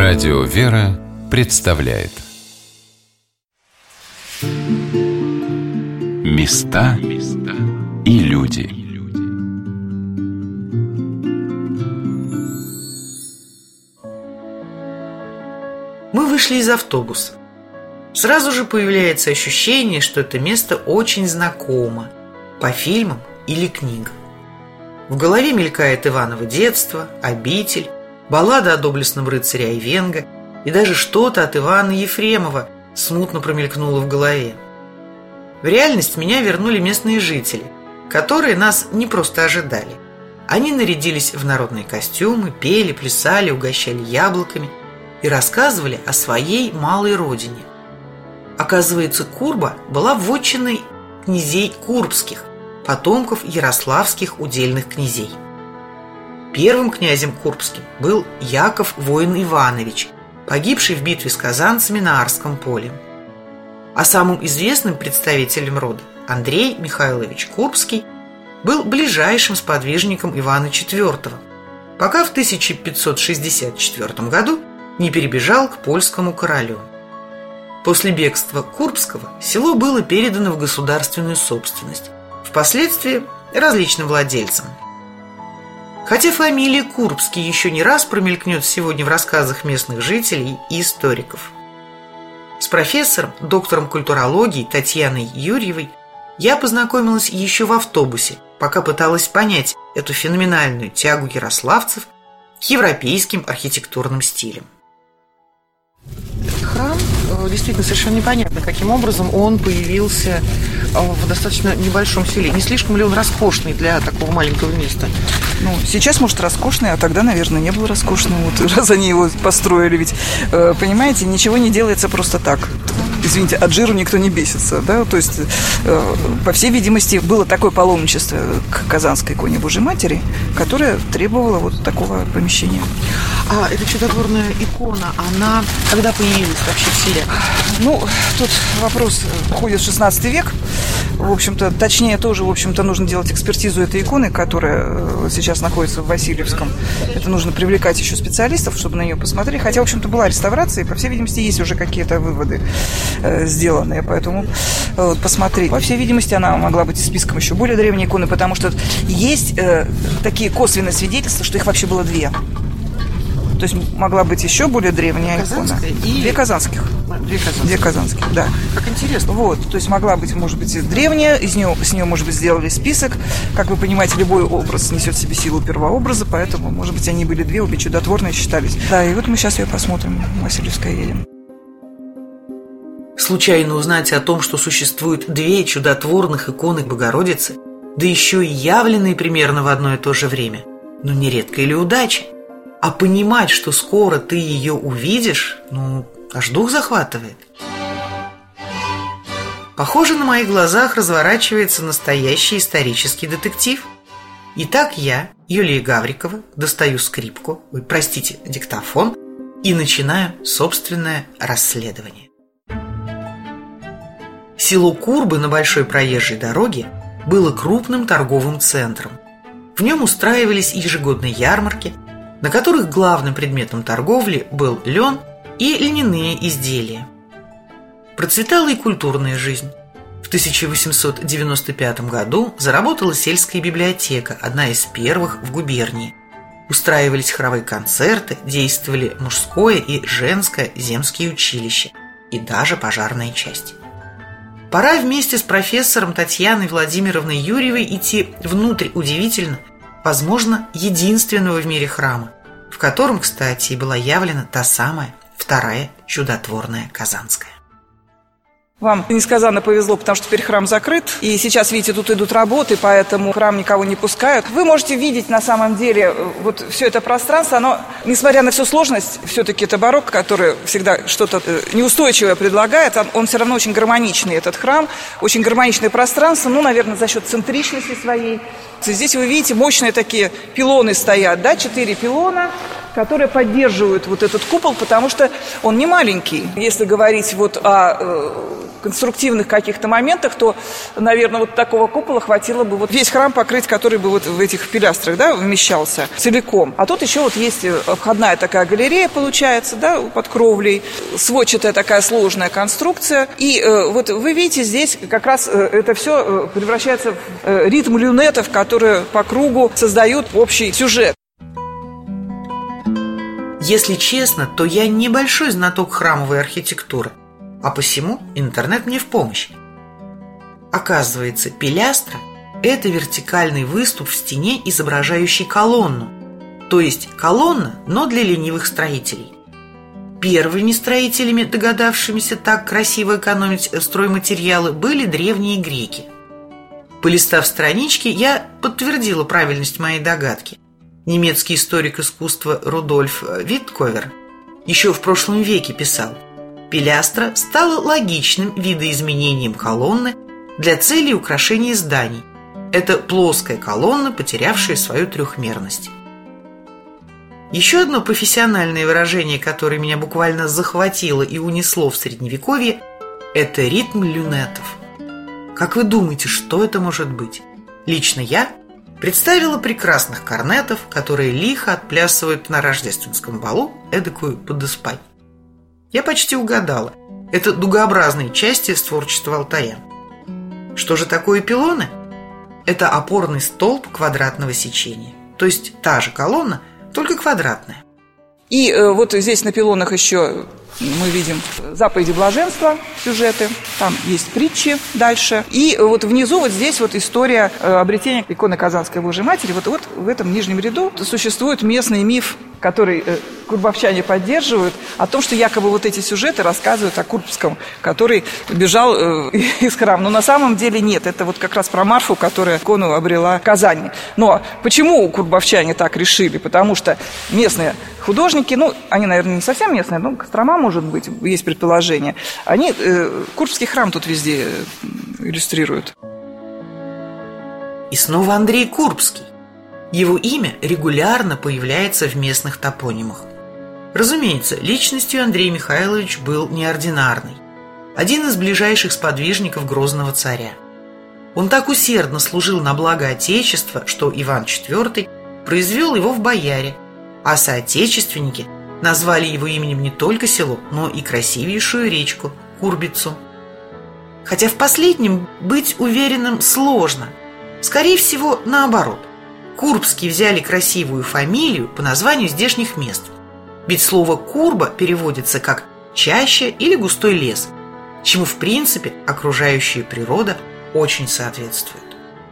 Радио «Вера» представляет Места и люди. Мы вышли из автобуса. Сразу же появляется ощущение, что это место очень знакомо по фильмам или книгам. В голове мелькает Иваново детство, обитель, баллада о доблестном рыцаре Айвенго, и даже что-то от Ивана Ефремова смутно промелькнуло в голове. В реальность меня вернули местные жители, которые нас не просто ожидали. Они нарядились в народные костюмы, пели, плясали, угощали яблоками и рассказывали о своей малой родине. Оказывается, Курба была вотчиной князей Курбских, потомков ярославских удельных князей. Первым князем Курбским был Яков Воин Иванович, погибший в битве с казанцами на Арском поле. А самым известным представителем рода, Андрей Михайлович Курбский, был ближайшим сподвижником Ивана IV, пока в 1564 году не перебежал к польскому королю. После бегства Курбского село было передано в государственную собственность, впоследствии различным владельцам. Хотя фамилия Курбский еще не раз промелькнет сегодня в рассказах местных жителей и историков. С профессором, доктором культурологии Татьяной Юрьевой я познакомилась еще в автобусе, пока пыталась понять эту феноменальную тягу ярославцев к европейским архитектурным стилям. Храм действительно совершенно непонятно, каким образом он появился в достаточно небольшом селе. Не слишком ли он роскошный для такого маленького места? Ну, сейчас, может, роскошный, а тогда, наверное, не был роскошным. Вот раз они его построили, ведь, понимаете, ничего не делается просто так. Извините, от жиру никто не бесится, да? То есть, по всей видимости, было такое паломничество к Казанской иконе Божьей Матери, которое требовало вот такого помещения. А эта чудотворная икона, она когда появилась вообще в селе? Ну, тут вопрос уходит в 16 век. В общем-то, точнее, тоже, в общем-то, нужно делать экспертизу этой иконы, которая сейчас находится в Васильевском. Это нужно привлекать еще специалистов, чтобы на нее посмотреть. Хотя, в общем-то, была реставрация, и, по всей видимости, есть уже какие-то выводы сделанные. Поэтому посмотреть. По всей видимости, она могла быть и списком еще более древней иконы, потому что есть такие косвенные свидетельства, что их вообще было две. То есть могла быть еще более древняя икона. Две казанских. Две казанских, да. Как интересно. Вот, то есть могла быть, может быть, и древняя, с нее, может быть, сделали список. Как вы понимаете, любой образ несет в себе силу первообраза, поэтому, может быть, они были две, обе чудотворные считались. Да, и вот мы сейчас ее посмотрим, в Васильевское едем. Случайно узнать о том, что существует две чудотворных иконы Богородицы, да еще и явленные примерно в одно и то же время, ну, не редкая ли удача? А понимать, что скоро ты ее увидишь, ну, аж дух захватывает. Похоже, на моих глазах разворачивается настоящий исторический детектив. Итак, я, Юлия Гаврикова, достаю скрипку, диктофон, и начинаю собственное расследование. Село Курбы на большой проезжей дороге было крупным торговым центром. В нем устраивались ежегодные ярмарки, на которых главным предметом торговли был лен и льняные изделия. Процветала и культурная жизнь. В 1895 году заработала сельская библиотека, одна из первых в губернии. Устраивались хоровые концерты, действовали мужское и женское земские училища и даже пожарные части. Пора вместе с профессором Татьяной Владимировной Юрьевой идти внутрь удивительно, возможно, единственного в мире храма, в котором, кстати, и была явлена та самая вторая чудотворная Казанская. Вам несказанно повезло, потому что теперь храм закрыт. И сейчас, видите, тут идут работы, поэтому в храм никого не пускают. Вы можете видеть, на самом деле, вот все это пространство, оно, несмотря на всю сложность, все-таки это барокко, который всегда что-то неустойчивое предлагает, он все равно очень гармоничный, этот храм, очень гармоничное пространство, ну, наверное, за счет центричности своей. Здесь вы видите, мощные такие пилоны стоят, да, 4 пилона, которые поддерживают вот этот купол, потому что он не маленький. Если говорить вот о конструктивных каких-то моментах, то, наверное, вот такого купола хватило бы вот весь храм покрыть, который бы вот в этих пилястрах, да, вмещался целиком. А тут еще вот есть входная такая галерея, получается, да, под кровлей, сводчатая такая сложная конструкция. И вот вы видите, здесь как раз это все превращается в ритм люнетов, которые по кругу создают общий сюжет. Если честно, то я небольшой знаток храмовой архитектуры, а посему интернет мне в помощь. Оказывается, пилястра – это вертикальный выступ в стене, изображающий колонну. То есть колонна, но для ленивых строителей. Первыми строителями, догадавшимися так красиво экономить стройматериалы, были древние греки. Полистав странички, я подтвердила правильность моей догадки. Немецкий историк искусства Рудольф Витковер еще в прошлом веке писал: пилястра стала логичным видоизменением колонны для целей украшения зданий. Это плоская колонна, потерявшая свою трехмерность. Еще одно профессиональное выражение, которое меня буквально захватило и унесло в Средневековье, это ритм люнетов. Как вы думаете, что это может быть? Лично я представила прекрасных корнетов, которые лихо отплясывают на рождественском балу эдакую подоспань. Я почти угадала. Это дугообразные части с творчества алтаря. Что же такое пилоны? Это опорный столб квадратного сечения. То есть та же колонна, только квадратная. И вот здесь на пилонах еще мы видим заповеди блаженства, сюжеты. Там есть притчи дальше. И вот внизу вот здесь вот история обретения иконы Казанской Божьей Матери. Вот в этом нижнем ряду существует местный миф, который курбовчане поддерживают, о том, что якобы вот эти сюжеты рассказывают о Курбском, который бежал из храма. Но на самом деле нет. Это вот как раз про Марфу, которая икону обрела в Казани. Но почему курбовчане так решили? Потому что местные художники, ну, они, наверное, не совсем местные, но Кострома, может быть, есть предположение. Они Курбский храм тут везде иллюстрируют. И снова Андрей Курбский. Его имя регулярно появляется в местных топонимах. Разумеется, личностью Андрей Михайлович был неординарный. Один из ближайших сподвижников Грозного царя. Он так усердно служил на благо Отечества, что Иван IV произвел его в бояре, а соотечественники назвали его именем не только село, но и красивейшую речку Курбицу. Хотя в последнем быть уверенным сложно. Скорее всего, наоборот. Курбские взяли красивую фамилию по названию здешних мест. Ведь слово «курба» переводится как «чаща» или «густой лес», чему, в принципе, окружающая природа очень соответствует.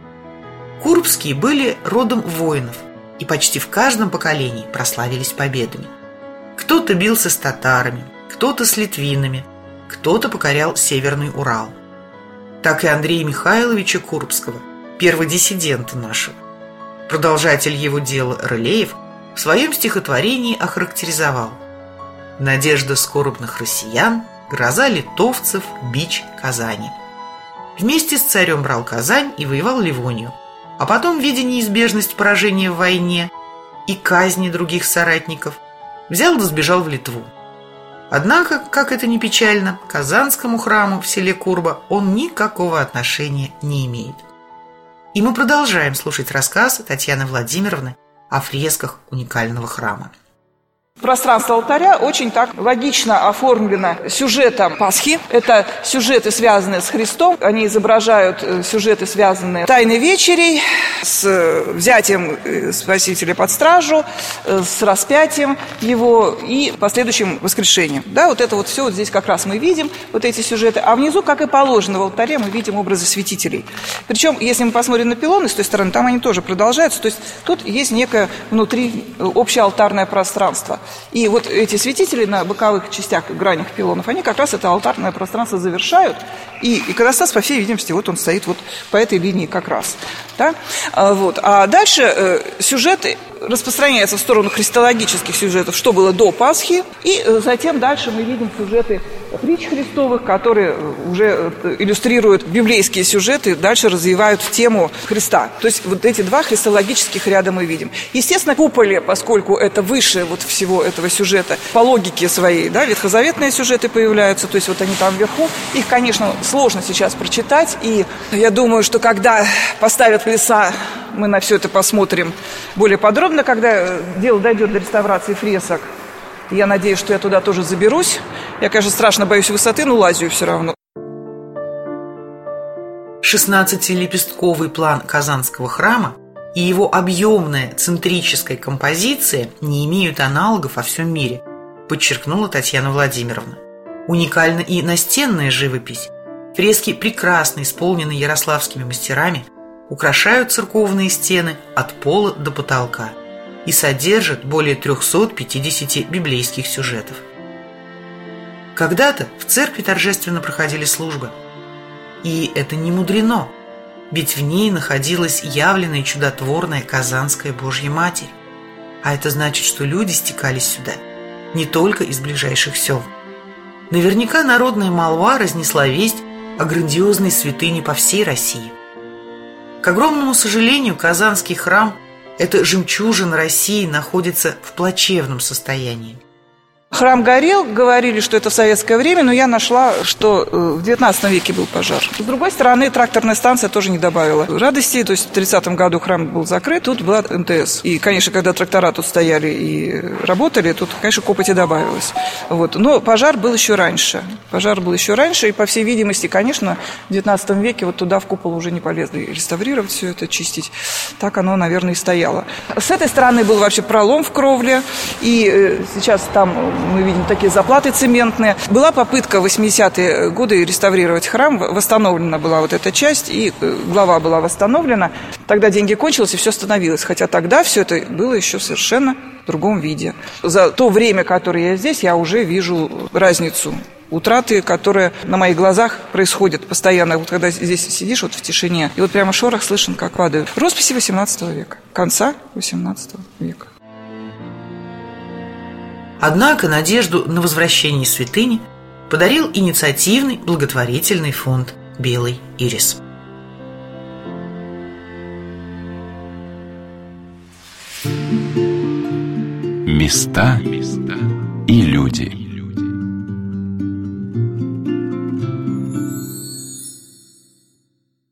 Курбские были родом воинов и почти в каждом поколении прославились победами. Кто-то бился с татарами, кто-то с литвинами, кто-то покорял Северный Урал. Так и Андрея Михайловича Курбского, перводиссидента нашего. Продолжатель его дела Рылеев в своем стихотворении охарактеризовал: «Надежда скорбных россиян, гроза литовцев, бич Казани». Вместе с царем брал Казань и воевал Ливонию, а потом, видя неизбежность поражения в войне и казни других соратников, взял да сбежал в Литву. Однако, как это ни печально, к Казанскому храму в селе Курба он никакого отношения не имеет. И мы продолжаем слушать рассказ Татьяны Владимировны о фресках уникального храма. Пространство алтаря очень так логично оформлено сюжетом Пасхи. Это сюжеты, связанные с Христом. Они изображают сюжеты, связанные с Тайной вечерей, с взятием Спасителя под стражу, с распятием его и последующим воскрешением. Да, вот это вот все вот здесь как раз мы видим, вот эти сюжеты. А внизу, как и положено в алтаре, мы видим образы святителей. Причем, если мы посмотрим на пилоны с той стороны, там они тоже продолжаются. То есть тут есть некое внутри общее алтарное пространство. И вот эти святители на боковых частях, гранях пилонов, они как раз это алтарное пространство завершают. И иконостас, по всей видимости, вот он стоит вот по этой линии как раз. Да? Вот. А дальше сюжеты распространяются в сторону христологических сюжетов, что было до Пасхи. И затем дальше мы видим сюжеты притч христовых, которые уже иллюстрируют библейские сюжеты, дальше развивают тему Христа. То есть вот эти два христологических ряда мы видим. Естественно, куполе, поскольку это выше вот всего этого сюжета, по логике своей, да, ветхозаветные сюжеты появляются, то есть вот они там вверху. Их, конечно, сложно сейчас прочитать, и я думаю, что когда поставят леса, мы на все это посмотрим более подробно, когда дело дойдет до реставрации фресок. Я надеюсь, что я туда тоже заберусь. Я, конечно, страшно боюсь высоты, но лазю все равно. 16-лепестковый план Казанского храма и его объемная центрическая композиция не имеют аналогов во всем мире, подчеркнула Татьяна Владимировна. Уникальна и настенная живопись. Фрески, прекрасно исполненные ярославскими мастерами, украшают церковные стены от пола до потолка и содержат более 350 библейских сюжетов. Когда-то в церкви торжественно проходили службы. И это не мудрено, ведь в ней находилась явленная и чудотворная Казанская Божья Матерь. А это значит, что люди стекались сюда не только из ближайших сел. Наверняка народная молва разнесла весть о грандиозной святыне по всей России. К огромному сожалению, Казанский храм, эта жемчужина России, находится в плачевном состоянии. Храм горел, говорили, что это в советское время, но я нашла, что в 19 веке был пожар. С другой стороны, тракторная станция тоже не добавила радости. То есть в 30-м году храм был закрыт, тут была МТС. И, конечно, когда трактора тут стояли и работали, тут, конечно, копоти добавилось. Вот. Но пожар был еще раньше. И, по всей видимости, конечно, в 19 веке вот туда в купол уже не полезли реставрировать все это, чистить. Так оно, наверное, и стояло. С этой стороны был вообще пролом в кровле. И сейчас там мы видим такие заплаты цементные. Была попытка в 80-е годы реставрировать храм. Восстановлена была вот эта часть, и глава была восстановлена. Тогда деньги кончились, и все остановилось. Хотя тогда все это было еще совершенно в другом виде. За то время, которое я здесь, я уже вижу разницу. Утраты, которые на моих глазах происходят постоянно. Вот когда здесь сидишь вот в тишине, и вот прямо шорох слышен, как падают. Росписи 18 века, конца 18 века. Однако надежду на возвращение святыни подарил инициативный благотворительный фонд «Белый ирис». Места и люди.